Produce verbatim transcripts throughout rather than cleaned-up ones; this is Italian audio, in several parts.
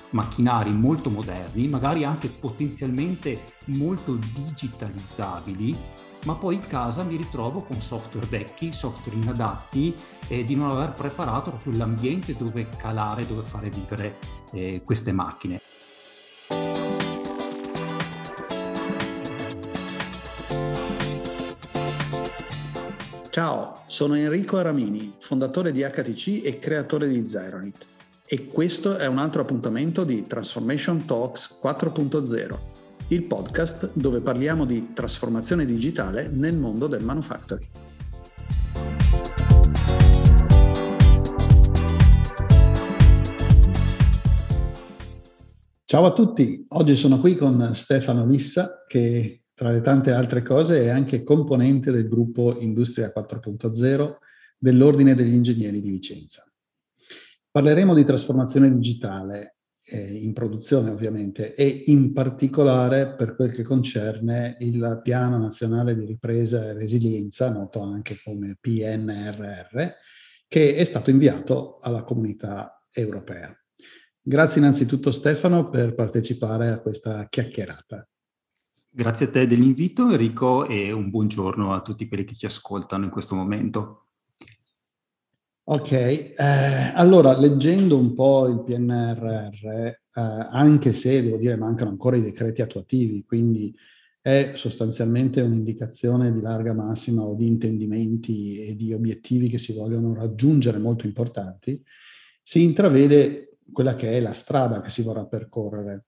macchinari molto moderni, magari anche potenzialmente molto digitalizzabili, ma poi in casa mi ritrovo con software vecchi, software inadatti e di non aver preparato proprio l'ambiente dove calare, dove fare vivere eh, queste macchine. Ciao, sono Enrico Aramini, fondatore di H T C e creatore di Zeronit. E questo è un altro appuntamento di Transformation Talks quattro punto zero, il podcast dove parliamo di trasformazione digitale nel mondo del manufacturing. Ciao a tutti, oggi sono qui con Stefano Lissa che tra le tante altre cose è anche componente del gruppo Industria quattro punto zero dell'Ordine degli Ingegneri di Vicenza. Parleremo di trasformazione digitale eh, in produzione ovviamente e in particolare per quel che concerne il Piano Nazionale di Ripresa e Resilienza, noto anche come P N R R, che è stato inviato alla Comunità Europea. Grazie innanzitutto Stefano per partecipare a questa chiacchierata. Grazie a te dell'invito Enrico e un buongiorno a tutti quelli che ci ascoltano in questo momento. Ok, eh, allora leggendo un po' il P N R R, eh, anche se devo dire mancano ancora i decreti attuativi, quindi è sostanzialmente un'indicazione di larga massima o di intendimenti e di obiettivi che si vogliono raggiungere molto importanti, si intravede quella che è la strada che si vorrà percorrere.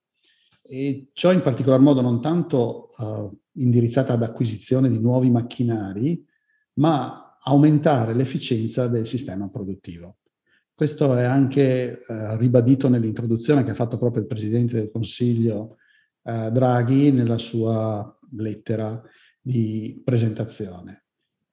E ciò in particolar modo non tanto uh, indirizzata ad acquisizione di nuovi macchinari, ma aumentare l'efficienza del sistema produttivo. Questo è anche uh, ribadito nell'introduzione che ha fatto proprio il Presidente del Consiglio uh, Draghi nella sua lettera di presentazione.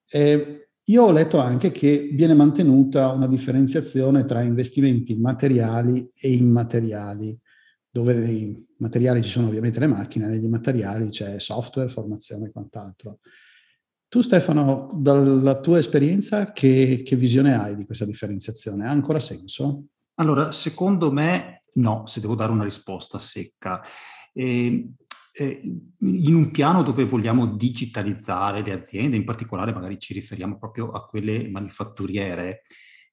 E io ho letto anche che viene mantenuta una differenziazione tra investimenti materiali e immateriali, dove nei materiali ci sono ovviamente le macchine, negli immateriali c'è software, formazione e quant'altro. Tu Stefano, dalla tua esperienza, che, che visione hai di questa differenziazione? Ha ancora senso? Allora, secondo me no, se devo dare una risposta secca. Eh, eh, in un piano dove vogliamo digitalizzare le aziende, in particolare magari ci riferiamo proprio a quelle manifatturiere,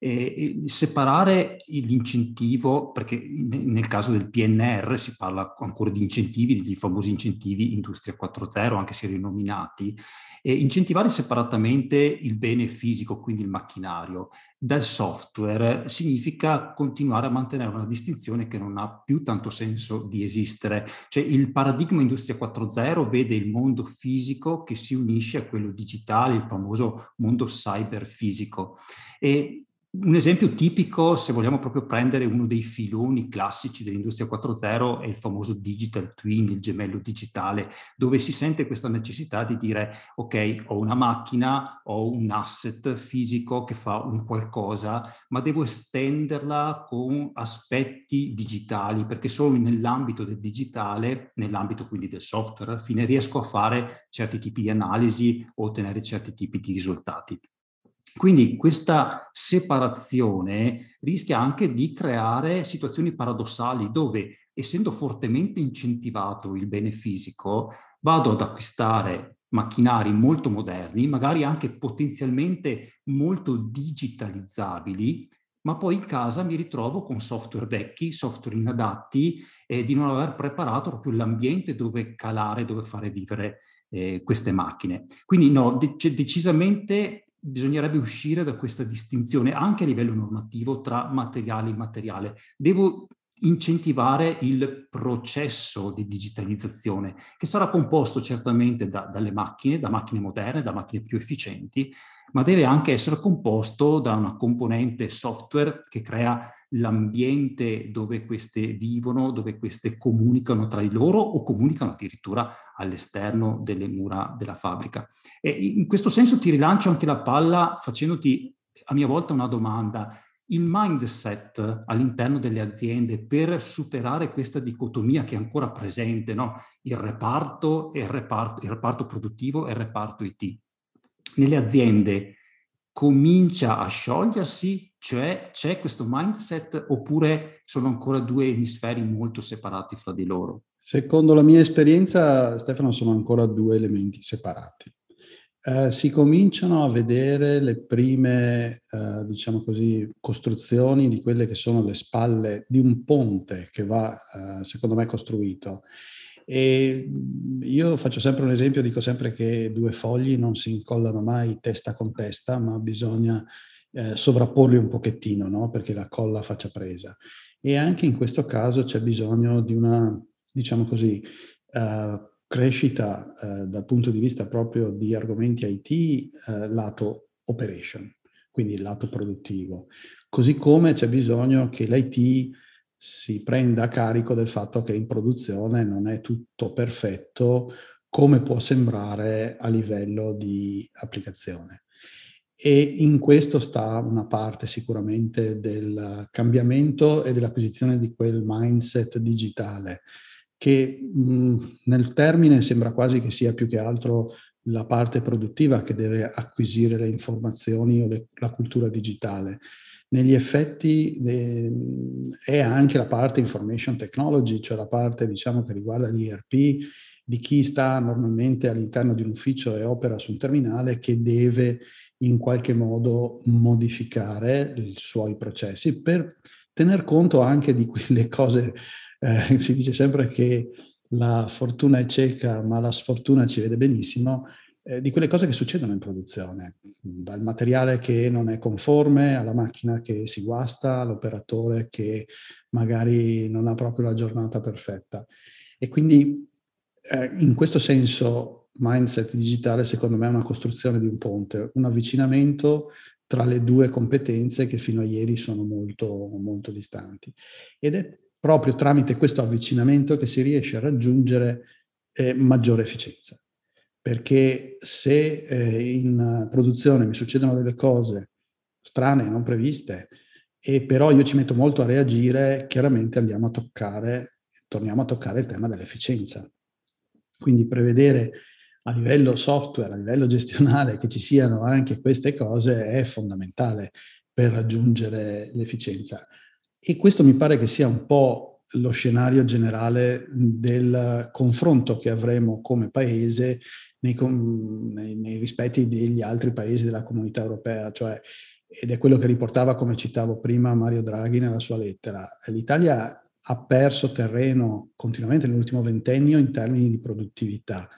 eh, separare l'incentivo, perché nel caso del P N R R si parla ancora di incentivi, degli famosi incentivi Industria quattro punto zero, anche se rinominati, e incentivare separatamente il bene fisico, quindi il macchinario, dal software significa continuare a mantenere una distinzione che non ha più tanto senso di esistere. Cioè il paradigma Industria quattro punto zero vede il mondo fisico che si unisce a quello digitale, il famoso mondo cyberfisico. E un esempio tipico, se vogliamo proprio prendere uno dei filoni classici dell'Industria quattro punto zero, è il famoso digital twin, il gemello digitale, dove si sente questa necessità di dire ok, ho una macchina, ho un asset fisico che fa un qualcosa, ma devo estenderla con aspetti digitali, perché solo nell'ambito del digitale, nell'ambito quindi del software, alla fine riesco a fare certi tipi di analisi o ottenere certi tipi di risultati. Quindi questa separazione rischia anche di creare situazioni paradossali dove, essendo fortemente incentivato il bene fisico, vado ad acquistare macchinari molto moderni, magari anche potenzialmente molto digitalizzabili, ma poi in casa mi ritrovo con software vecchi, software inadatti e di non aver preparato proprio l'ambiente dove calare, dove fare vivere eh, queste macchine. Quindi no, de- decisamente bisognerebbe uscire da questa distinzione anche a livello normativo tra materiale e immateriale. Devo incentivare il processo di digitalizzazione, che sarà composto certamente da, dalle macchine, da macchine moderne, da macchine più efficienti, ma deve anche essere composto da una componente software che crea l'ambiente dove queste vivono, dove queste comunicano tra di loro o comunicano addirittura all'esterno delle mura della fabbrica. E in questo senso ti rilancio anche la palla facendoti a mia volta una domanda. Il mindset all'interno delle aziende per superare questa dicotomia che è ancora presente, no? Il reparto e il reparto, il reparto produttivo e il reparto I T. Nelle aziende comincia a sciogliersi Cioè c'è questo mindset oppure sono ancora due emisferi molto separati fra di loro? Secondo la mia esperienza, Stefano, sono ancora due elementi separati. Eh, si cominciano a vedere le prime, eh, diciamo così, costruzioni di quelle che sono le spalle di un ponte che va, eh, secondo me, costruito. E io faccio sempre un esempio, dico sempre che due fogli non si incollano mai testa con testa, ma bisogna eh, sovrapporli un pochettino, no? Perché la colla faccia presa. E anche in questo caso c'è bisogno di una, diciamo così, eh, crescita eh, dal punto di vista proprio di argomenti I T eh, lato operation, quindi il lato produttivo. Così come c'è bisogno che l'I T si prenda a carico del fatto che in produzione non è tutto perfetto come può sembrare a livello di applicazione. E in questo sta una parte sicuramente del cambiamento e dell'acquisizione di quel mindset digitale, che mh, nel termine sembra quasi che sia più che altro la parte produttiva che deve acquisire le informazioni o le, la cultura digitale. Negli effetti de, è anche la parte information technology, cioè la parte, diciamo, che riguarda l'I R P di chi sta normalmente all'interno di un ufficio e opera su un terminale, che deve in qualche modo modificare i suoi processi per tener conto anche di quelle cose. Eh, si dice sempre che la fortuna è cieca, ma la sfortuna ci vede benissimo, eh, di quelle cose che succedono in produzione, dal materiale che non è conforme, alla macchina che si guasta, all'operatore che magari non ha proprio la giornata perfetta. E quindi eh, in questo senso mindset digitale secondo me è una costruzione di un ponte, un avvicinamento tra le due competenze che fino a ieri sono molto, molto distanti. Ed è proprio tramite questo avvicinamento che si riesce a raggiungere eh, maggiore efficienza. Perché se eh, in produzione mi succedono delle cose strane, non previste, e però io ci metto molto a reagire, chiaramente andiamo a toccare, torniamo a toccare il tema dell'efficienza. Quindi prevedere a livello software, a livello gestionale, che ci siano anche queste cose è fondamentale per raggiungere l'efficienza. E questo mi pare che sia un po' lo scenario generale del confronto che avremo come paese nei, nei, nei rispetti degli altri paesi della comunità europea, cioè, ed è quello che riportava, come citavo prima, Mario Draghi nella sua lettera. L'Italia ha perso terreno continuamente nell'ultimo ventennio in termini di produttività.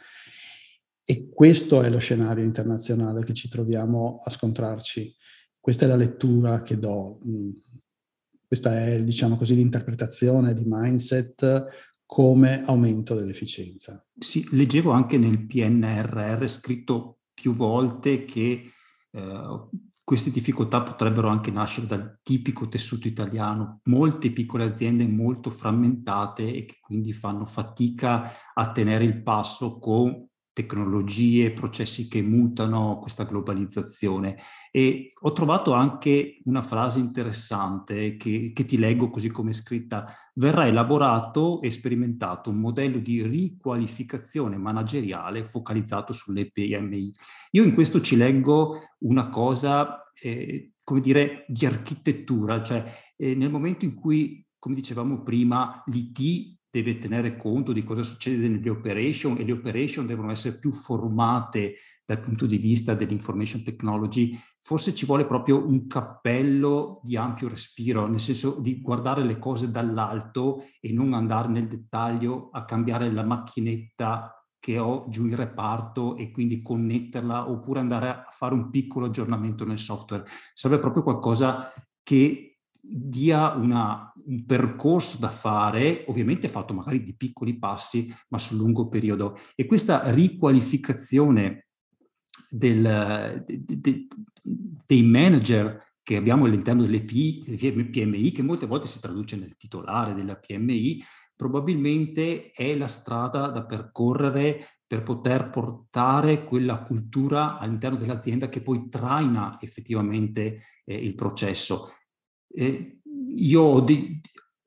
E questo è lo scenario internazionale che ci troviamo a scontrarci. Questa è la lettura che do. Questa è, diciamo così, l'interpretazione di mindset come aumento dell'efficienza. Sì, leggevo anche nel P N R R scritto più volte che eh, queste difficoltà potrebbero anche nascere dal tipico tessuto italiano, molte piccole aziende molto frammentate e che quindi fanno fatica a tenere il passo con tecnologie, processi che mutano, questa globalizzazione. E ho trovato anche una frase interessante che, che ti leggo così come è scritta: verrà elaborato e sperimentato un modello di riqualificazione manageriale focalizzato sulle P M I. Io in questo ci leggo una cosa, eh, come dire, di architettura, cioè eh, nel momento in cui, come dicevamo prima, l'I T deve tenere conto di cosa succede nelle operation e le operation devono essere più formate dal punto di vista dell'information technology, forse ci vuole proprio un cappello di ampio respiro, nel senso di guardare le cose dall'alto e non andare nel dettaglio a cambiare la macchinetta che ho giù in reparto e quindi connetterla, oppure andare a fare un piccolo aggiornamento nel software. Serve proprio qualcosa che dia una, un percorso da fare, ovviamente fatto magari di piccoli passi, ma sul lungo periodo. E questa riqualificazione del, de, de, dei manager che abbiamo all'interno delle P M I, che molte volte si traduce nel titolare della P M I, probabilmente è la strada da percorrere per poter portare quella cultura all'interno dell'azienda che poi traina effettivamente eh, il processo. Eh, io ho, di,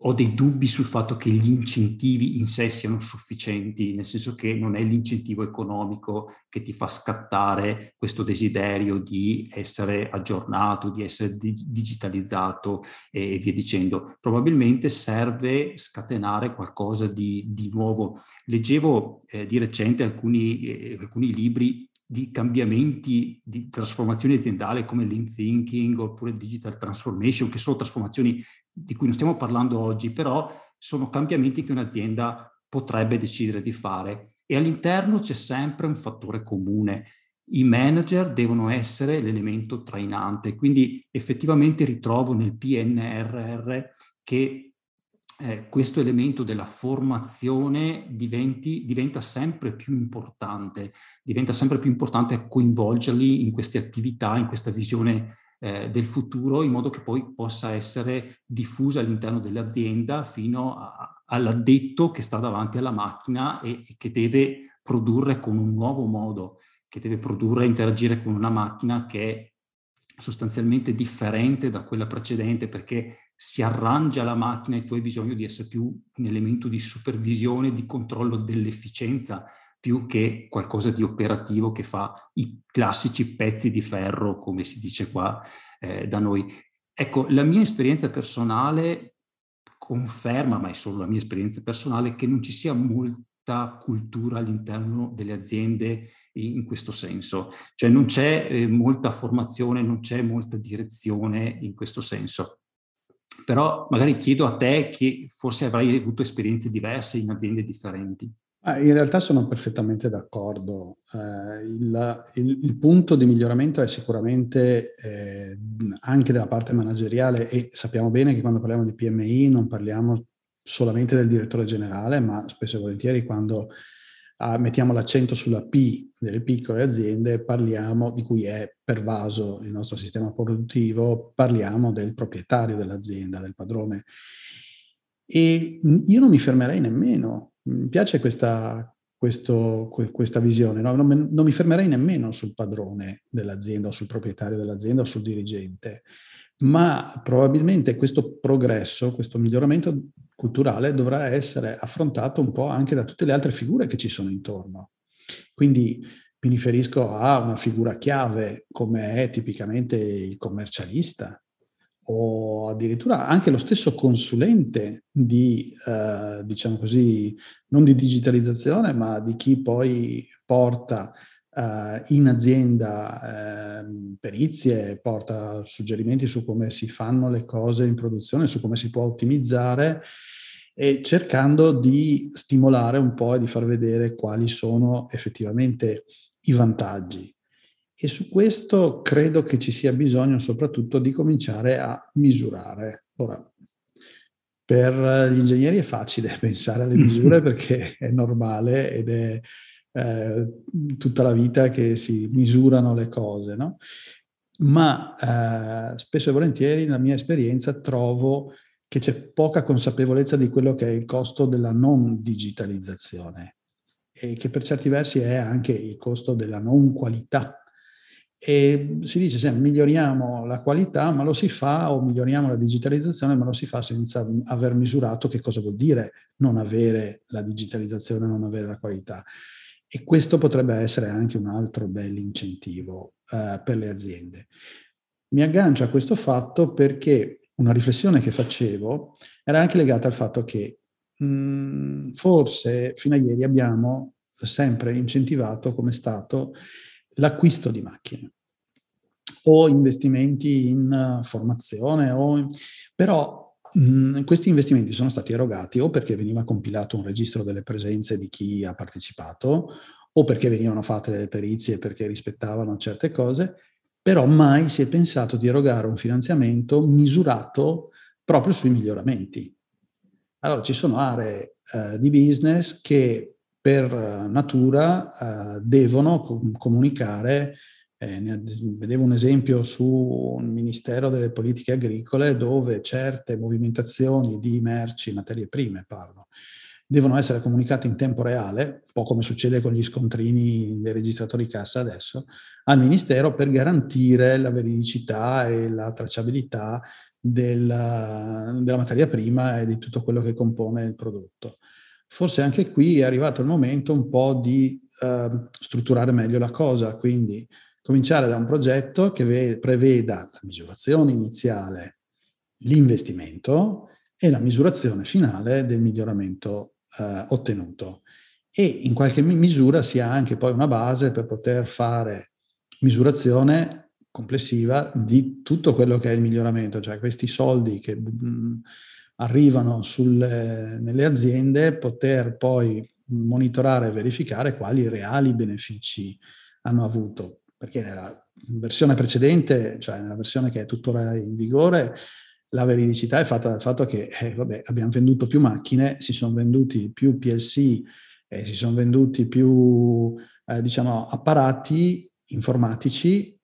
ho dei dubbi sul fatto che gli incentivi in sé siano sufficienti, nel senso che non è l'incentivo economico che ti fa scattare questo desiderio di essere aggiornato, di essere di- digitalizzato e, e via dicendo. Probabilmente serve scatenare qualcosa di, di nuovo. Leggevo eh, di recente alcuni, eh, alcuni libri di cambiamenti, di trasformazione aziendale come lean thinking oppure digital transformation, che sono trasformazioni di cui non stiamo parlando oggi, però sono cambiamenti che un'azienda potrebbe decidere di fare. E all'interno c'è sempre un fattore comune. I manager devono essere l'elemento trainante, quindi effettivamente ritrovo nel P N R R che eh, questo elemento della formazione diventi, diventa sempre più importante, diventa sempre più importante coinvolgerli in queste attività, in questa visione eh, del futuro, in modo che poi possa essere diffusa all'interno dell'azienda fino a, all'addetto che sta davanti alla macchina e, e che deve produrre con un nuovo modo, che deve produrre e interagire con una macchina che è sostanzialmente differente da quella precedente, perché si arrangia la macchina e tu hai bisogno di essere più un elemento di supervisione, di controllo dell'efficienza, più che qualcosa di operativo che fa i classici pezzi di ferro, come si dice qua eh, da noi. Ecco, la mia esperienza personale conferma, ma è solo la mia esperienza personale, che non ci sia molta cultura all'interno delle aziende in questo senso. Cioè non c'è eh, molta formazione, non c'è molta direzione in questo senso. Però magari chiedo a te, che forse avrai avuto esperienze diverse in aziende differenti. Ah, in realtà sono perfettamente d'accordo. Eh, il, il- il punto di miglioramento è sicuramente eh, anche della parte manageriale, e sappiamo bene che quando parliamo di P M I non parliamo solamente del direttore generale, ma spesso e volentieri quando ah, mettiamo l'accento sulla P delle piccole aziende, parliamo, di cui è pervaso il nostro sistema produttivo, parliamo del proprietario dell'azienda, del padrone. E io non mi fermerei nemmeno, mi piace questa, questo, questa visione, no? non, me, non mi fermerei nemmeno sul padrone dell'azienda o sul proprietario dell'azienda o sul dirigente, ma probabilmente questo progresso, questo miglioramento culturale dovrà essere affrontato un po' anche da tutte le altre figure che ci sono intorno. Quindi mi riferisco a una figura chiave come è tipicamente il commercialista, o addirittura anche lo stesso consulente di, eh, diciamo così, non di digitalizzazione, ma di chi poi porta eh, in azienda eh, perizie, porta suggerimenti su come si fanno le cose in produzione, su come si può ottimizzare, e cercando di stimolare un po' e di far vedere quali sono effettivamente i vantaggi. E su questo credo che ci sia bisogno soprattutto di cominciare a misurare. Ora, per gli ingegneri è facile pensare alle misure perché è normale ed è eh, tutta la vita che si misurano le cose, no? Ma eh, spesso e volentieri, nella mia esperienza, trovo che c'è poca consapevolezza di quello che è il costo della non digitalizzazione e che per certi versi è anche il costo della non qualità. E si dice sempre miglioriamo la qualità, ma lo si fa, o miglioriamo la digitalizzazione, ma lo si fa senza aver misurato che cosa vuol dire non avere la digitalizzazione, non avere la qualità. E questo potrebbe essere anche un altro bel incentivo eh, per le aziende. Mi aggancio a questo fatto perché una riflessione che facevo era anche legata al fatto che mh, forse fino a ieri abbiamo sempre incentivato come Stato l'acquisto di macchine o investimenti in uh, formazione, o in... però mh, questi investimenti sono stati erogati o perché veniva compilato un registro delle presenze di chi ha partecipato, o perché venivano fatte delle perizie perché rispettavano certe cose, però mai si è pensato di erogare un finanziamento misurato proprio sui miglioramenti. Allora, ci sono aree eh, di business che per eh, natura eh, devono com- comunicare, eh, ne, vedevo un esempio su un Ministero delle Politiche Agricole dove certe movimentazioni di merci, materie prime parlo, devono essere comunicate in tempo reale, un po' come succede con gli scontrini dei registratori cassa adesso, al Ministero per garantire la veridicità e la tracciabilità della, della materia prima e di tutto quello che compone il prodotto. Forse anche qui è arrivato il momento un po' di eh, strutturare meglio la cosa, quindi cominciare da un progetto che ve- preveda la misurazione iniziale, l'investimento e la misurazione finale del miglioramento eh, ottenuto. E in qualche misura sia anche poi una base per poter fare misurazione complessiva di tutto quello che è il miglioramento, cioè questi soldi che mh, arrivano sulle, nelle aziende, poter poi monitorare e verificare quali reali benefici hanno avuto. Perché nella versione precedente, cioè nella versione che è tuttora in vigore, la veridicità è fatta dal fatto che eh, vabbè, abbiamo venduto più macchine, si sono venduti più P L C, eh, si sono venduti più eh, diciamo, apparati informatici,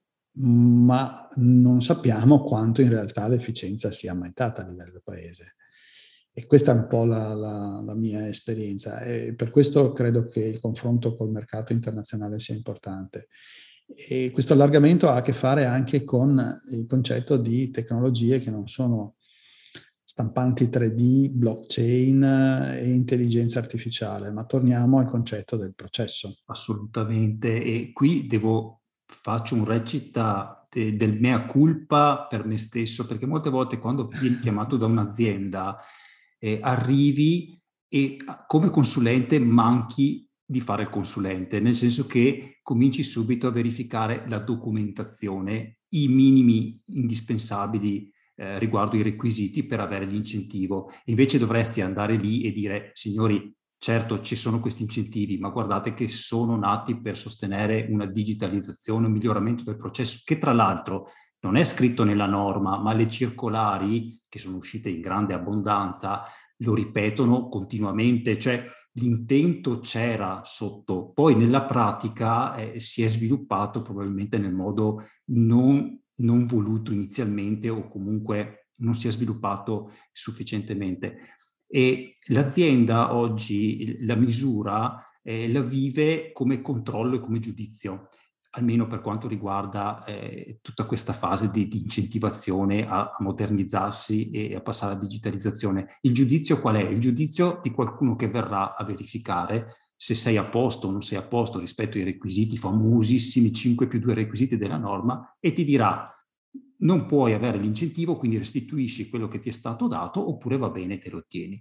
ma non sappiamo quanto in realtà l'efficienza sia aumentata a livello paese. E questa è un po' la, la, la mia esperienza e per questo credo che il confronto col mercato internazionale sia importante. E questo allargamento ha a che fare anche con il concetto di tecnologie che non sono stampanti tre D, blockchain e intelligenza artificiale, ma torniamo al concetto del processo. Assolutamente, e qui devo, faccio un recita de, del mea culpa per me stesso, perché molte volte quando vieni chiamato da un'azienda eh, arrivi e come consulente manchi di fare il consulente, nel senso che cominci subito a verificare la documentazione, i minimi indispensabili eh, riguardo i requisiti per avere l'incentivo. Invece dovresti andare lì e dire, signori, certo, ci sono questi incentivi, ma guardate che sono nati per sostenere una digitalizzazione, un miglioramento del processo, che tra l'altro non è scritto nella norma, ma le circolari, che sono uscite in grande abbondanza, lo ripetono continuamente, cioè l'intento c'era sotto, poi nella pratica eh, si è sviluppato probabilmente nel modo non, non voluto inizialmente o comunque non si è sviluppato sufficientemente. E l'azienda oggi la misura eh, la vive come controllo e come giudizio, almeno per quanto riguarda eh, tutta questa fase di, di incentivazione a, a modernizzarsi e a passare alla digitalizzazione. Il giudizio qual è? Il giudizio di qualcuno che verrà a verificare se sei a posto o non sei a posto rispetto ai requisiti, famosissimi cinque più due requisiti della norma, e ti dirà non puoi avere l'incentivo, quindi restituisci quello che ti è stato dato, oppure va bene, te lo tieni.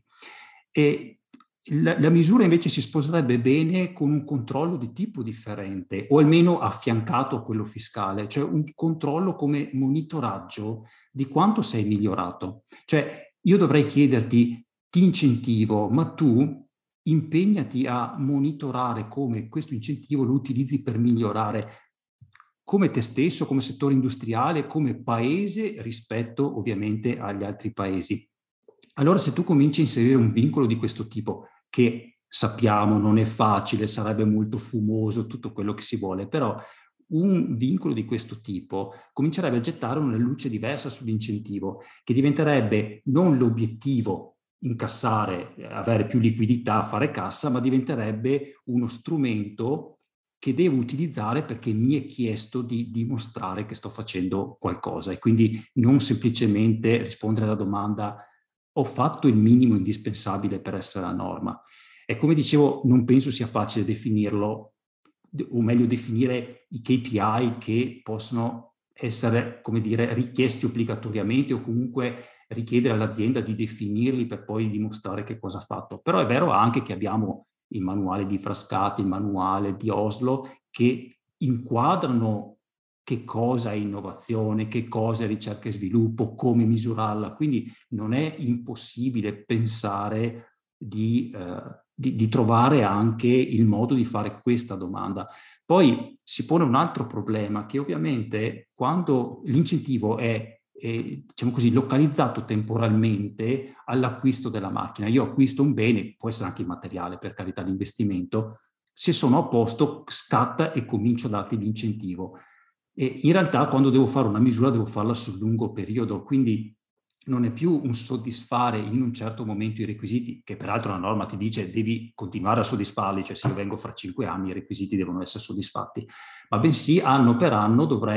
E la, la misura invece si sposerebbe bene con un controllo di tipo differente, o almeno affiancato a quello fiscale, cioè un controllo come monitoraggio di quanto sei migliorato. Cioè io dovrei chiederti, ti incentivo, ma tu impegnati a monitorare come questo incentivo lo utilizzi per migliorare come te stesso, come settore industriale, come paese rispetto ovviamente agli altri paesi. Allora se tu cominci a inserire un vincolo di questo tipo, che sappiamo non è facile, sarebbe molto fumoso, tutto quello che si vuole, però un vincolo di questo tipo comincerebbe a gettare una luce diversa sull'incentivo, che diventerebbe non l'obiettivo incassare, avere più liquidità, fare cassa, ma diventerebbe uno strumento che devo utilizzare perché mi è chiesto di dimostrare che sto facendo qualcosa e quindi non semplicemente rispondere alla domanda ho fatto il minimo indispensabile per essere a norma. E come dicevo, non penso sia facile definirlo, o meglio definire i K P I che possono essere, come dire, richiesti obbligatoriamente o comunque richiedere all'azienda di definirli per poi dimostrare che cosa ha fatto. Però è vero anche che abbiamo il manuale di Frascati, il manuale di Oslo, che inquadrano che cosa è innovazione, che cosa è ricerca e sviluppo, come misurarla. Quindi non è impossibile pensare di, eh, di, di trovare anche il modo di fare questa domanda. Poi si pone un altro problema, che ovviamente quando l'incentivo è eh, diciamo così, localizzato temporalmente all'acquisto della macchina. Io acquisto un bene, può essere anche immateriale, per carità di investimento, se sono a posto scatta e comincio a darti l'incentivo. E in realtà quando devo fare una misura devo farla sul lungo periodo, quindi non è più un soddisfare in un certo momento i requisiti, che peraltro la norma ti dice devi continuare a soddisfarli, cioè se io vengo fra cinque anni i requisiti devono essere soddisfatti, ma bensì anno per anno dovrei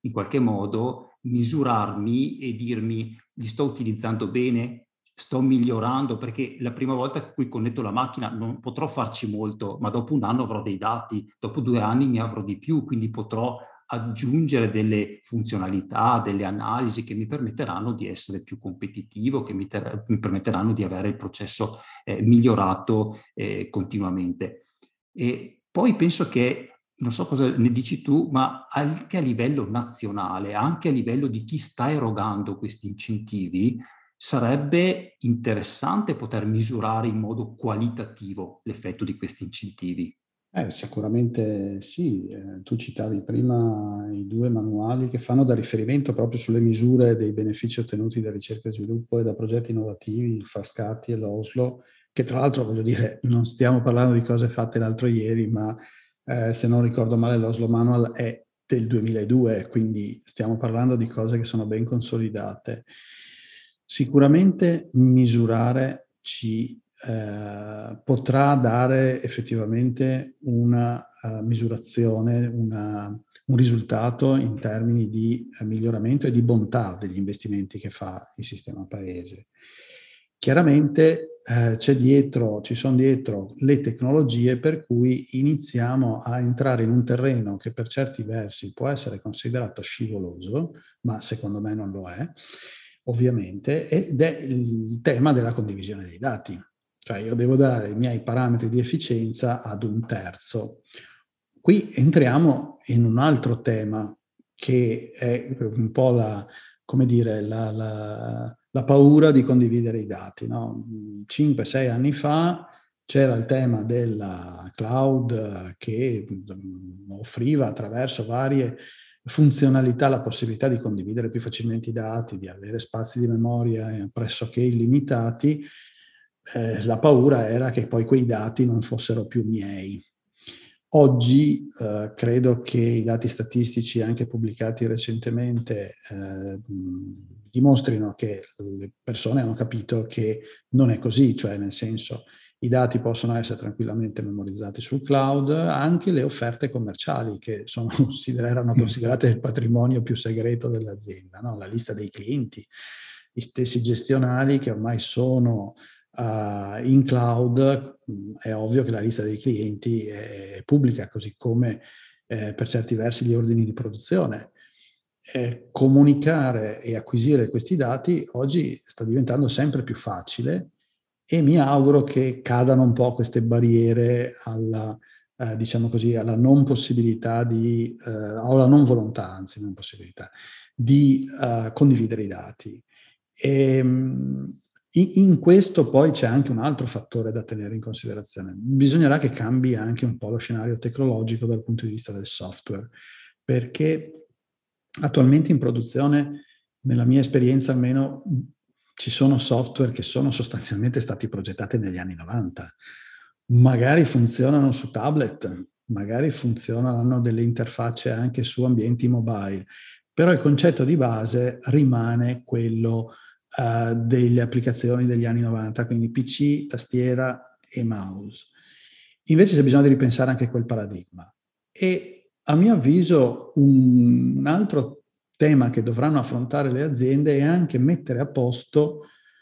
in qualche modo misurarmi e dirmi: li sto utilizzando bene? Sto migliorando? Perché la prima volta in cui connetto la macchina non potrò farci molto, ma dopo un anno avrò dei dati, dopo due anni ne avrò di più, quindi potrò aggiungere delle funzionalità, delle analisi che mi permetteranno di essere più competitivo, che mi, ter- mi permetteranno di avere il processo eh, migliorato eh, continuamente. E poi penso che, non so cosa ne dici tu, ma anche a livello nazionale, anche a livello di chi sta erogando questi incentivi, sarebbe interessante poter misurare in modo qualitativo l'effetto di questi incentivi. Eh, sicuramente sì. Eh, tu citavi prima i due manuali che fanno da riferimento proprio sulle misure dei benefici ottenuti da ricerca e sviluppo e da progetti innovativi, il Frascati e l'Oslo, che tra l'altro, voglio dire, non stiamo parlando di cose fatte l'altro ieri, ma eh, se non ricordo male l'Oslo Manual è del duemiladue, quindi stiamo parlando di cose che sono ben consolidate. Sicuramente misurare ci eh, potrà dare effettivamente una uh, misurazione, una, un risultato in termini di uh, miglioramento e di bontà degli investimenti che fa il sistema paese. Chiaramente eh, c'è dietro, ci sono dietro le tecnologie per cui iniziamo a entrare in un terreno che per certi versi può essere considerato scivoloso, ma secondo me non lo è, ovviamente, ed è il tema della condivisione dei dati. Cioè io devo dare i miei parametri di efficienza ad un terzo. Qui entriamo in un altro tema che è un po' la, come dire, la, la, la paura di condividere i dati. No? cinque sei anni fa c'era il tema della cloud che offriva attraverso varie funzionalità la possibilità di condividere più facilmente i dati, di avere spazi di memoria pressoché illimitati. Eh, la paura era che poi quei dati non fossero più miei. Oggi eh, credo che i dati statistici anche pubblicati recentemente eh, dimostrino che le persone hanno capito che non è così, cioè nel senso i dati possono essere tranquillamente memorizzati sul cloud, anche le offerte commerciali che sono, erano considerate il patrimonio più segreto dell'azienda, no? La lista dei clienti, gli stessi gestionali che ormai sono Uh, in cloud, mh, è ovvio che la lista dei clienti è pubblica, così come eh, per certi versi gli ordini di produzione. Eh, comunicare e acquisire questi dati oggi sta diventando sempre più facile e mi auguro che cadano un po' queste barriere alla, eh, diciamo così, alla non possibilità di, eh, o alla non volontà, anzi non possibilità, di uh, condividere i dati. E, mh, in questo poi c'è anche un altro fattore da tenere in considerazione. Bisognerà che cambi anche un po' lo scenario tecnologico dal punto di vista del software, perché attualmente in produzione, nella mia esperienza almeno, ci sono software che sono sostanzialmente stati progettati negli anni novanta. Magari funzionano su tablet, magari funzionano, hanno delle interfacce anche su ambienti mobile, però il concetto di base rimane quello Uh, delle applicazioni degli anni novanta, quindi P C, tastiera e mouse. Invece c'è bisogno di ripensare anche quel paradigma. E a mio avviso un, un altro tema che dovranno affrontare le aziende è anche mettere a posto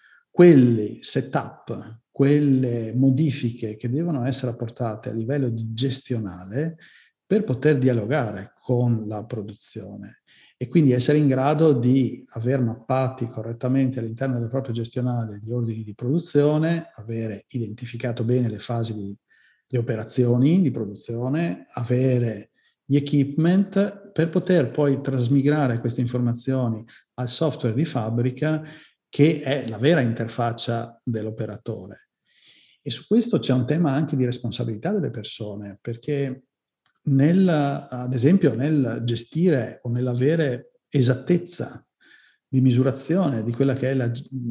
quelli setup, quelle modifiche che devono essere apportate a livello di gestionale per poter dialogare con la produzione. E quindi essere in grado di aver mappati correttamente all'interno del proprio gestionale gli ordini di produzione, avere identificato bene le fasi di le operazioni di produzione, avere gli equipment per poter poi trasmigrare queste informazioni al software di fabbrica che è la vera interfaccia dell'operatore. E su questo c'è un tema anche di responsabilità delle persone, perché nel, ad esempio nel gestire o nell'avere esattezza di misurazione di quella che è la,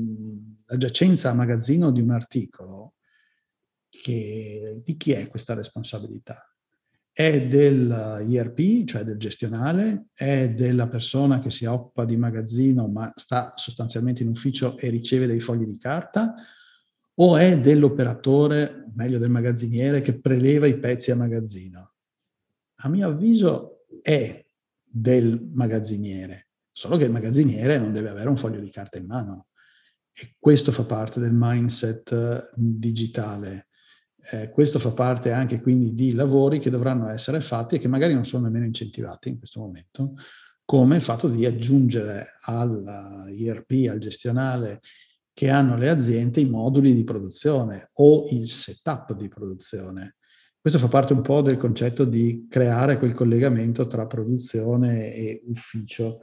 la giacenza a magazzino di un articolo, che, di chi è questa responsabilità? È dell'I R P, cioè del gestionale, è della persona che si occupa di magazzino ma sta sostanzialmente in ufficio e riceve dei fogli di carta, o è dell'operatore, meglio del magazziniere, che preleva i pezzi a magazzino? A mio avviso è del magazziniere, solo che il magazziniere non deve avere un foglio di carta in mano. E questo fa parte del mindset digitale. Eh, questo fa parte anche quindi di lavori che dovranno essere fatti e che magari non sono nemmeno incentivati in questo momento, come il fatto di aggiungere all'E R P, al gestionale che hanno le aziende, i moduli di produzione o il setup di produzione. Questo fa parte un po' del concetto di creare quel collegamento tra produzione e ufficio,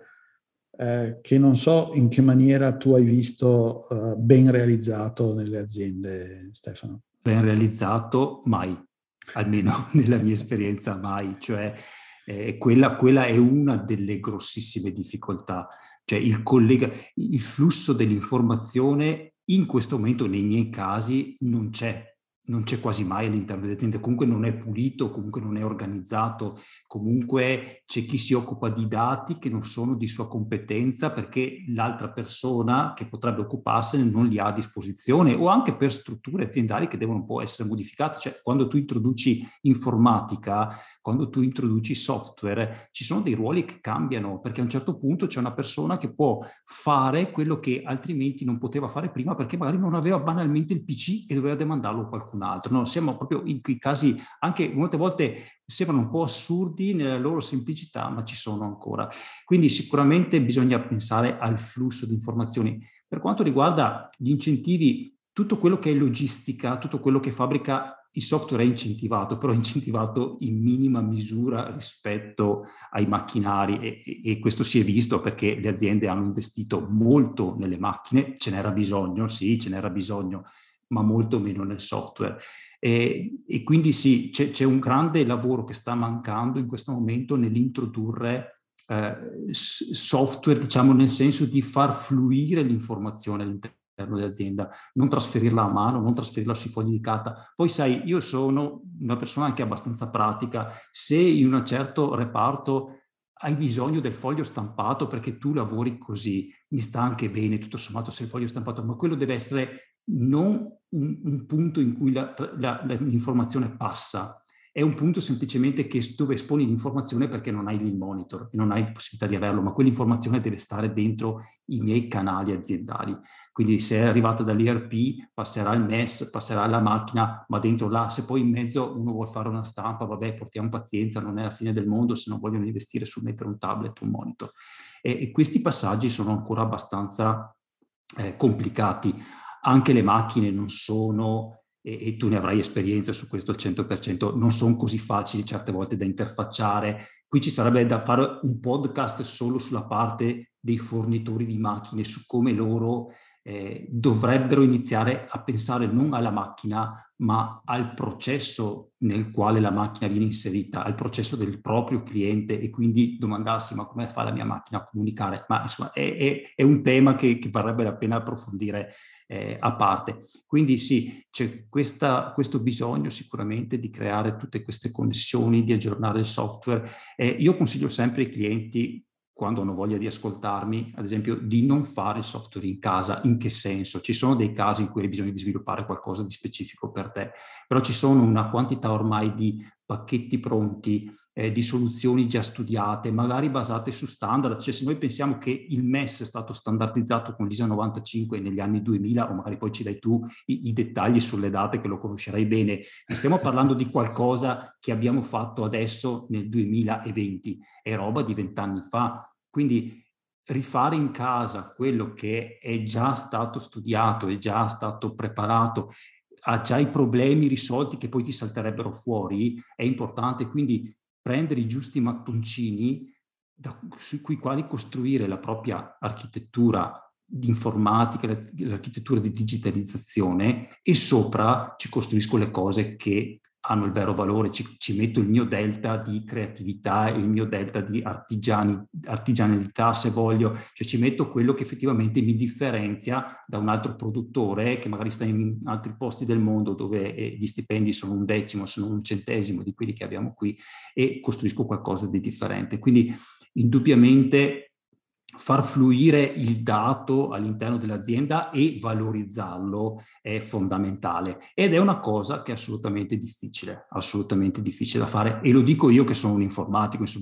eh, che non so in che maniera tu hai visto eh, ben realizzato nelle aziende, Stefano. Ben realizzato mai, almeno nella mia esperienza mai, cioè eh, quella, quella è una delle grossissime difficoltà, cioè il, collega, il flusso dell'informazione in questo momento nei miei casi non c'è, non c'è quasi mai all'interno delle aziende, comunque non è pulito, comunque non è organizzato, comunque c'è chi si occupa di dati che non sono di sua competenza perché l'altra persona che potrebbe occuparsene non li ha a disposizione, o anche per strutture aziendali che devono un po' essere modificate. Cioè, quando tu introduci informatica, quando tu introduci software, ci sono dei ruoli che cambiano, perché a un certo punto c'è una persona che può fare quello che altrimenti non poteva fare prima perché magari non aveva banalmente il P C e doveva demandarlo a qualcun altro. No? Siamo proprio in quei casi, anche molte volte sembrano un po' assurdi nella loro semplicità, ma ci sono ancora. Quindi sicuramente bisogna pensare al flusso di informazioni. Per quanto riguarda gli incentivi, tutto quello che è logistica, tutto quello che fabbrica, il software è incentivato, però è incentivato in minima misura rispetto ai macchinari e, e, e questo si è visto perché le aziende hanno investito molto nelle macchine, ce n'era bisogno, sì, ce n'era bisogno, ma molto meno nel software. E, e quindi sì, c'è, c'è un grande lavoro che sta mancando in questo momento nell'introdurre eh, software, diciamo, nel senso di far fluire l'informazione all'interno dell'azienda, non trasferirla a mano, non trasferirla sui fogli di carta. Poi sai, io sono una persona anche abbastanza pratica, se in un certo reparto hai bisogno del foglio stampato perché tu lavori così, mi sta anche bene tutto sommato se il foglio stampato, ma quello deve essere non un, un punto in cui la, la, la, l'informazione passa, è un punto semplicemente che dove esponi l'informazione perché non hai il monitor e non hai possibilità di averlo, ma quell'informazione deve stare dentro i miei canali aziendali. Quindi se è arrivata dall'E R P passerà al M E S, passerà alla macchina, ma dentro là, se poi in mezzo uno vuole fare una stampa, vabbè, portiamo pazienza, non è la fine del mondo se non vogliono investire su mettere un tablet o un monitor. E, e questi passaggi sono ancora abbastanza eh, complicati. Anche le macchine non sono, e, e tu ne avrai esperienza su questo al cento per cento, non sono così facili certe volte da interfacciare. Qui ci sarebbe da fare un podcast solo sulla parte dei fornitori di macchine, su come loro eh, dovrebbero iniziare a pensare non alla macchina, ma al processo nel quale la macchina viene inserita, al processo del proprio cliente e quindi domandarsi ma come fa la mia macchina a comunicare? Ma insomma è, è, è un tema che, che varrebbe la pena approfondire eh, a parte. Quindi sì, c'è questa, questo bisogno sicuramente di creare tutte queste connessioni, di aggiornare il software. Eh, io consiglio sempre ai clienti, quando hanno voglia di ascoltarmi, ad esempio, di non fare il software in casa. In che senso? Ci sono dei casi in cui hai bisogno di sviluppare qualcosa di specifico per te, però ci sono una quantità ormai di pacchetti pronti, eh, di soluzioni già studiate, magari basate su standard. Cioè se noi pensiamo che il M E S è stato standardizzato con l'I S A novantacinque negli anni duemila, o magari poi ci dai tu i, i dettagli sulle date che lo conoscerai bene, non stiamo parlando di qualcosa che abbiamo fatto adesso nel duemilaventi, è roba di vent'anni fa. Quindi rifare in casa quello che è già stato studiato, è già stato preparato, ha già i problemi risolti che poi ti salterebbero fuori, è importante. Quindi prendere i giusti mattoncini da, su cui quali costruire la propria architettura di informatica, l'architettura di digitalizzazione, e sopra ci costruisco le cose che hanno il vero valore, ci, ci metto il mio delta di creatività, il mio delta di artigiani, artigianalità se voglio, cioè ci metto quello che effettivamente mi differenzia da un altro produttore che magari sta in altri posti del mondo dove eh, gli stipendi sono un decimo, sono un centesimo di quelli che abbiamo qui, e costruisco qualcosa di differente. Quindi indubbiamente far fluire il dato all'interno dell'azienda e valorizzarlo è fondamentale, ed è una cosa che è assolutamente difficile, assolutamente difficile da fare, e lo dico io che sono un informatico, insomma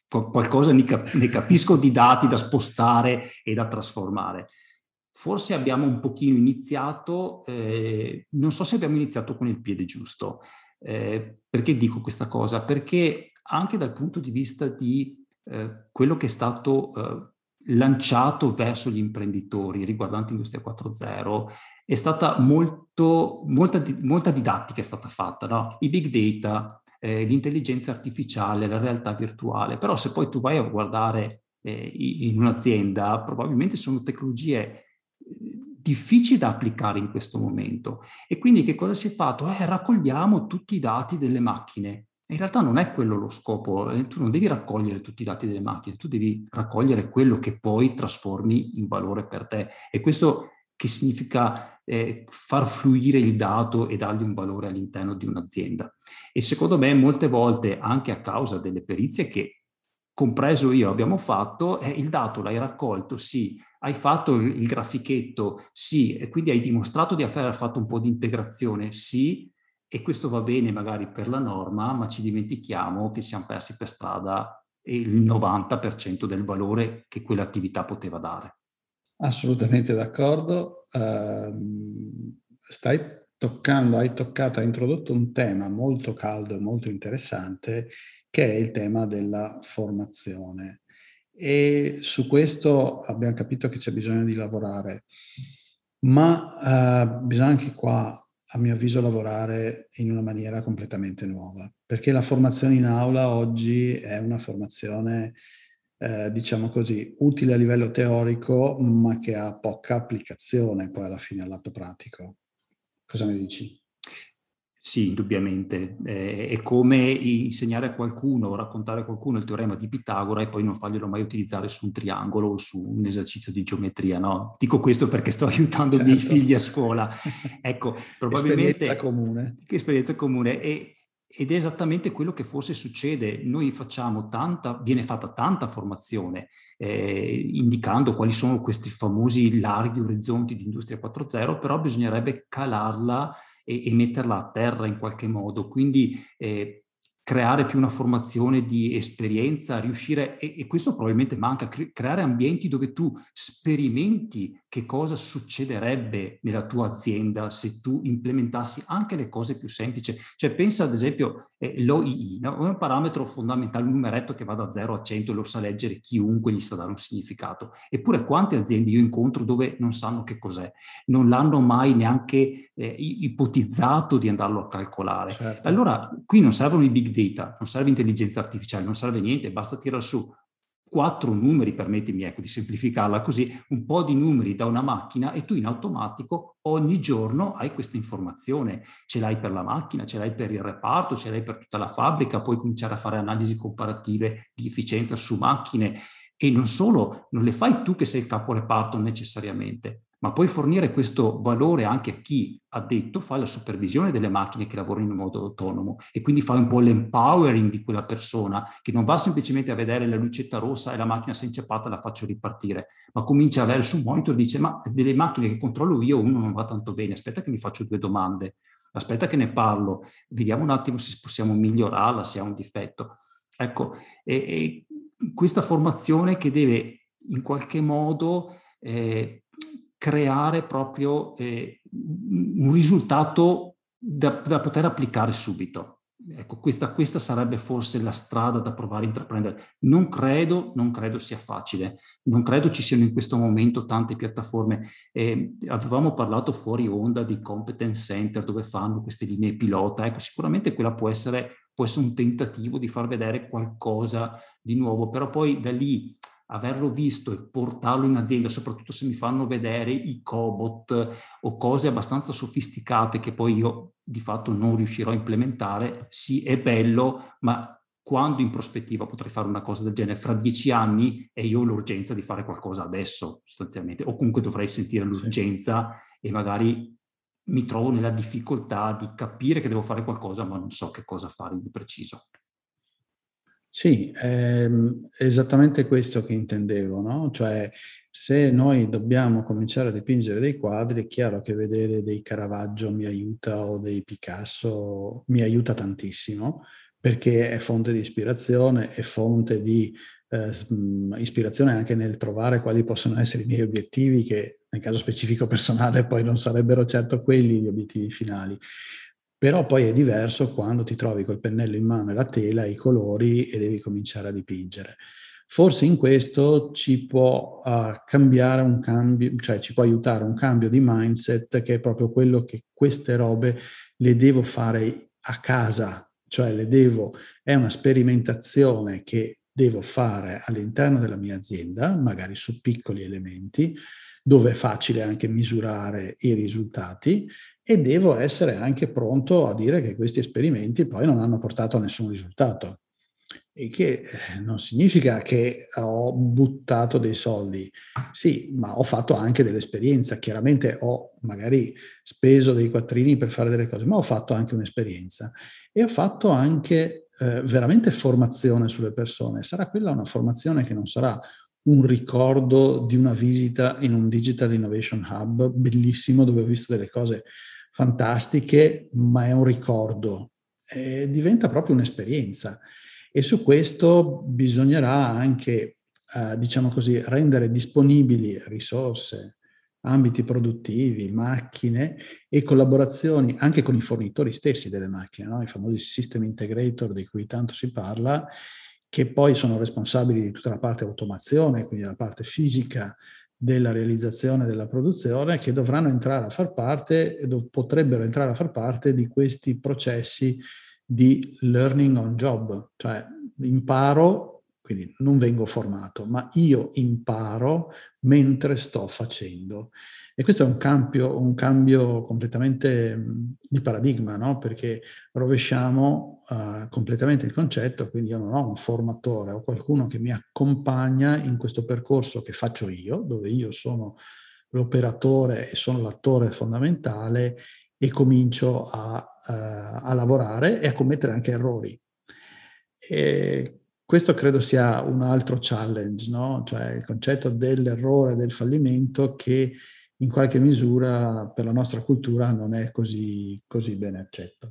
qualcosa ne, cap- ne capisco di dati da spostare e da trasformare. Forse abbiamo un pochino iniziato, eh, non so se abbiamo iniziato con il piede giusto. Eh, perché dico questa cosa? Perché anche dal punto di vista di eh, quello che è stato eh, lanciato verso gli imprenditori riguardante Industria quattro punto zero, è stata molto, molta, molta didattica è stata fatta, no? I big data, eh, l'intelligenza artificiale, la realtà virtuale, però se poi tu vai a guardare eh, in un'azienda, probabilmente sono tecnologie eh, difficili da applicare in questo momento. E quindi che cosa si è fatto? Eh, raccogliamo tutti i dati delle macchine. In realtà non è quello lo scopo, eh, tu non devi raccogliere tutti i dati delle macchine, tu devi raccogliere quello che poi trasformi in valore per te. E questo che significa eh, far fluire il dato e dargli un valore all'interno di un'azienda. E secondo me molte volte, anche a causa delle perizie che compreso io abbiamo fatto, eh, il dato l'hai raccolto, sì, hai fatto il, il grafichetto, sì, e quindi hai dimostrato di aver fatto un po' di integrazione, sì, e questo va bene magari per la norma, ma ci dimentichiamo che ci siamo persi per strada il novanta per cento del valore che quell'attività poteva dare. Assolutamente d'accordo. Uh, stai toccando, hai toccato, hai introdotto un tema molto caldo e molto interessante, che è il tema della formazione. E su questo abbiamo capito che c'è bisogno di lavorare, ma uh, bisogna anche qua, a mio avviso, lavorare in una maniera completamente nuova, perché la formazione in aula oggi è una formazione Eh, diciamo così, utile a livello teorico, ma che ha poca applicazione poi alla fine all'atto pratico. Cosa ne dici? Sì, indubbiamente. Eh, è come insegnare a qualcuno o raccontare a qualcuno il teorema di Pitagora e poi non farglielo mai utilizzare su un triangolo o su un esercizio di geometria, no? Dico questo perché sto aiutando i miei Certo. figli a scuola. Ecco, Esperienza probabilmente comune. che esperienza comune e, ed è esattamente quello che forse succede. Noi facciamo tanta, viene fatta tanta formazione eh, indicando quali sono questi famosi larghi orizzonti di Industria quattro punto zero, però bisognerebbe calarla e, e metterla a terra in qualche modo. Quindi eh, creare più una formazione di esperienza, riuscire, e, e questo probabilmente manca, cre- creare ambienti dove tu sperimenti che cosa succederebbe nella tua azienda se tu implementassi anche le cose più semplici. Cioè pensa ad esempio eh, l'O I I, no? È un parametro fondamentale, un numeretto che va da zero a cento e lo sa leggere chiunque, gli sa dare un significato. Eppure quante aziende io incontro dove non sanno che cos'è, non l'hanno mai neanche eh, ipotizzato di andarlo a calcolare. Certo. Allora, qui non servono i big data, non serve intelligenza artificiale, non serve niente, basta tirare su quattro numeri, permettimi ecco, di semplificarla così, un po' di numeri da una macchina e tu in automatico ogni giorno hai questa informazione. Ce l'hai per la macchina, ce l'hai per il reparto, ce l'hai per tutta la fabbrica, puoi cominciare a fare analisi comparative di efficienza su macchine e non solo, non le fai tu che sei il capo reparto necessariamente, ma puoi fornire questo valore anche a chi ha detto fa la supervisione delle macchine che lavorano in modo autonomo e quindi fai un po' l'empowering di quella persona che non va semplicemente a vedere la lucetta rossa e la macchina si è inceppata la faccio ripartire, ma comincia a avere sul monitor e dice ma delle macchine che controllo io uno non va tanto bene, aspetta che mi faccio due domande, aspetta che ne parlo, vediamo un attimo se possiamo migliorarla, se ha un difetto. Ecco, e, e questa formazione che deve in qualche modo eh, creare proprio eh, un risultato da, da, poter applicare subito. Ecco, questa, questa sarebbe forse la strada da provare a intraprendere. Non credo, non credo sia facile, non credo ci siano in questo momento tante piattaforme. Eh, avevamo parlato fuori onda di competence center dove fanno queste linee pilota, ecco, sicuramente quella può essere, può essere un tentativo di far vedere qualcosa di nuovo, però poi da lì averlo visto e portarlo in azienda, soprattutto se mi fanno vedere i cobot o cose abbastanza sofisticate che poi io di fatto non riuscirò a implementare, sì, è bello, ma quando in prospettiva potrei fare una cosa del genere? Fra dieci anni e io ho l'urgenza di fare qualcosa adesso, sostanzialmente, o comunque dovrei sentire l'urgenza sì. E magari mi trovo nella difficoltà di capire che devo fare qualcosa, ma non so che cosa fare di preciso. Sì, è esattamente questo che intendevo, no? Cioè, se noi dobbiamo cominciare a dipingere dei quadri, è chiaro che vedere dei Caravaggio mi aiuta o dei Picasso mi aiuta tantissimo, perché è fonte di ispirazione, è fonte di eh, ispirazione anche nel trovare quali possono essere i miei obiettivi, che nel caso specifico personale poi non sarebbero certo quelli gli obiettivi finali. Però poi è diverso quando ti trovi col pennello in mano e la tela, i colori e devi cominciare a dipingere. Forse in questo ci può uh, cambiare un cambio, cioè ci può aiutare un cambio di mindset, che è proprio quello che queste robe le devo fare a casa, cioè le devo, è una sperimentazione che devo fare all'interno della mia azienda, magari su piccoli elementi, dove è facile anche misurare i risultati, e devo essere anche pronto a dire che questi esperimenti poi non hanno portato a nessun risultato. E che non significa che ho buttato dei soldi, sì, ma ho fatto anche dell'esperienza. Chiaramente ho magari speso dei quattrini per fare delle cose, ma ho fatto anche un'esperienza e ho fatto anche eh, veramente formazione sulle persone. Sarà quella una formazione che non sarà un ricordo di una visita in un Digital Innovation Hub bellissimo dove ho visto delle cose fantastiche, ma è un ricordo, eh, diventa proprio un'esperienza. E su questo bisognerà anche, eh, diciamo così, rendere disponibili risorse, ambiti produttivi, macchine e collaborazioni anche con i fornitori stessi delle macchine, no? I famosi system integrator di cui tanto si parla, che poi sono responsabili di tutta la parte automazione, quindi la parte fisica della realizzazione della produzione, che dovranno entrare a far parte, potrebbero entrare a far parte di questi processi di learning on job, cioè imparo, quindi non vengo formato, ma io imparo mentre sto facendo. E questo è un cambio, un cambio completamente mh, di paradigma, no? Perché rovesciamo uh, completamente il concetto, quindi io non ho un formatore, ho qualcuno che mi accompagna in questo percorso che faccio io, dove io sono l'operatore e sono l'attore fondamentale e comincio a, uh, a lavorare e a commettere anche errori. E questo credo sia un altro challenge, no? Cioè il concetto dell'errore, del fallimento, che in qualche misura per la nostra cultura non è così, così bene accetto.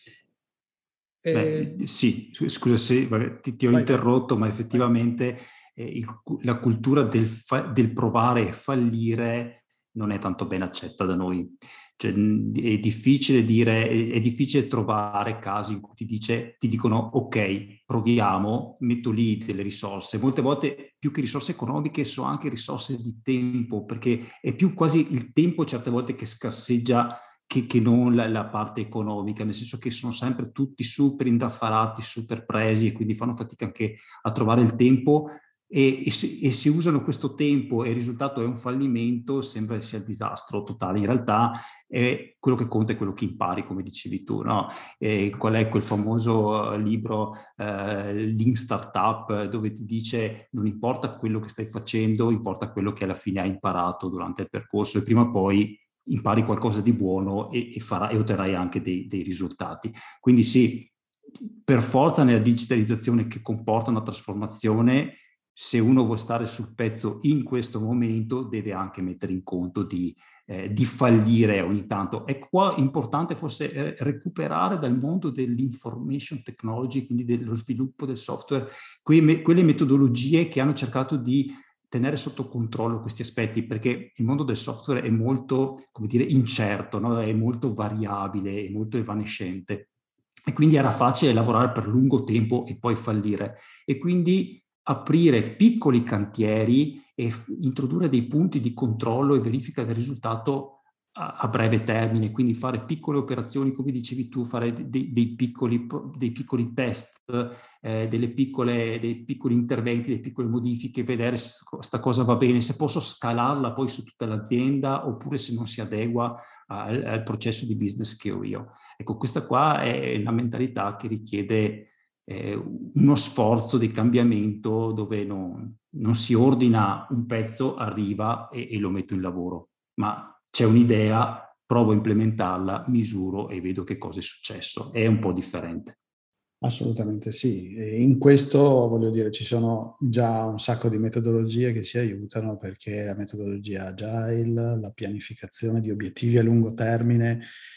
Beh, sì, scusa se vabbè, ti, ti ho vai, interrotto, ma vai. effettivamente eh, il, la cultura del, fa, del provare e fallire non è tanto ben accetta da noi. Cioè, è difficile dire, è, è difficile trovare casi in cui ti, dice, ti dicono ok, proviamo, metto lì delle risorse. Molte volte più che risorse economiche sono anche risorse di tempo, perché è più quasi il tempo certe volte che scarseggia Che, che non la, la parte economica, nel senso che sono sempre tutti super indaffarati, super presi e quindi fanno fatica anche a trovare il tempo e, e, se, e se usano questo tempo e il risultato è un fallimento, sembra sia il disastro totale. In realtà è quello che conta è quello che impari, come dicevi tu, no? E qual è quel famoso libro eh, Lean Startup, dove ti dice non importa quello che stai facendo, importa quello che alla fine hai imparato durante il percorso e prima o poi impari qualcosa di buono e, e, farà, e otterrai anche dei, dei risultati. Quindi sì, per forza nella digitalizzazione che comporta una trasformazione, se uno vuole stare sul pezzo in questo momento, deve anche mettere in conto di, eh, di fallire ogni tanto. È qua importante forse eh, recuperare dal mondo dell'information technology, quindi dello sviluppo del software, que- quelle metodologie che hanno cercato di tenere sotto controllo questi aspetti, perché il mondo del software è molto, come dire, incerto, no? È molto variabile, è molto evanescente. E quindi era facile lavorare per lungo tempo e poi fallire. E quindi aprire piccoli cantieri e f- introdurre dei punti di controllo e verifica del risultato a, a breve termine, quindi fare piccole operazioni, come dicevi tu, fare dei, dei, piccoli, dei piccoli test, eh, delle piccole, dei piccoli interventi, delle piccole modifiche, vedere se questa cosa va bene, se posso scalarla poi su tutta l'azienda oppure se non si adegua al, al processo di business che ho io. Ecco, questa qua è una mentalità che richiede eh, uno sforzo di cambiamento dove non, non si ordina un pezzo, arriva e, e lo metto in lavoro, ma c'è un'idea, provo a implementarla, misuro e vedo che cosa è successo. È un po' differente. Assolutamente sì. E in questo, voglio dire, ci sono già un sacco di metodologie che ci aiutano, perché la metodologia agile, la pianificazione di obiettivi a lungo termine,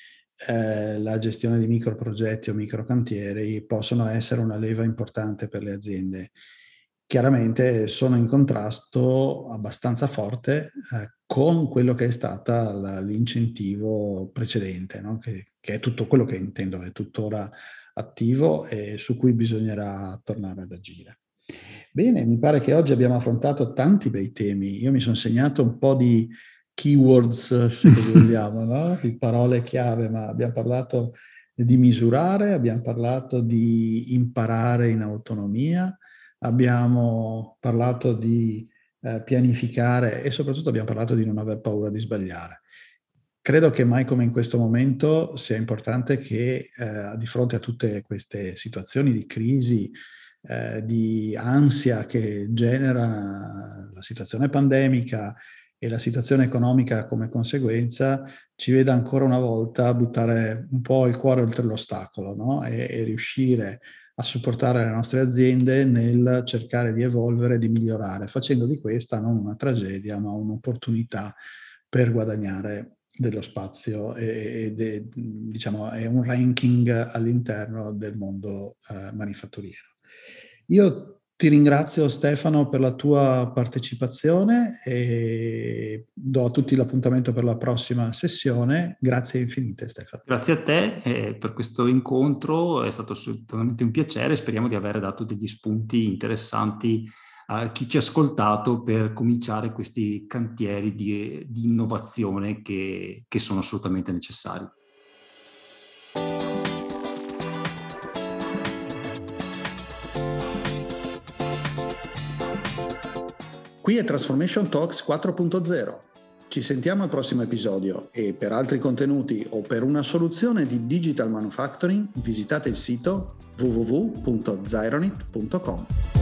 eh, la gestione di microprogetti o microcantieri possono essere una leva importante per le aziende. Chiaramente sono in contrasto abbastanza forte eh, con quello che è stato l'incentivo precedente, no? che, che è tutto quello che intendo, è tuttora attivo e su cui bisognerà tornare ad agire. Bene, mi pare che oggi abbiamo affrontato tanti bei temi. Io mi sono segnato un po' di keywords, se così vogliamo, no? Di parole chiave, ma abbiamo parlato di misurare, abbiamo parlato di imparare in autonomia, abbiamo parlato di eh, pianificare e soprattutto abbiamo parlato di non aver paura di sbagliare. Credo che mai come in questo momento sia importante che eh, di fronte a tutte queste situazioni di crisi, eh, di ansia che genera la situazione pandemica e la situazione economica come conseguenza, ci veda ancora una volta buttare un po' il cuore oltre l'ostacolo, no? e, e riuscire a supportare le nostre aziende nel cercare di evolvere e di migliorare, facendo di questa non una tragedia, ma un'opportunità per guadagnare dello spazio e, e diciamo è un ranking all'interno del mondo eh, manifatturiero. Io ti ringrazio Stefano per la tua partecipazione e do a tutti l'appuntamento per la prossima sessione. Grazie infinite Stefano. Grazie a te eh, per questo incontro, è stato assolutamente un piacere, speriamo di aver dato degli spunti interessanti a chi ci ha ascoltato per cominciare questi cantieri di, di innovazione che, che sono assolutamente necessari. Qui è Transformation Talks quattro punto zero. Ci sentiamo al prossimo episodio e per altri contenuti o per una soluzione di digital manufacturing visitate il sito w w w punto zyronit punto com.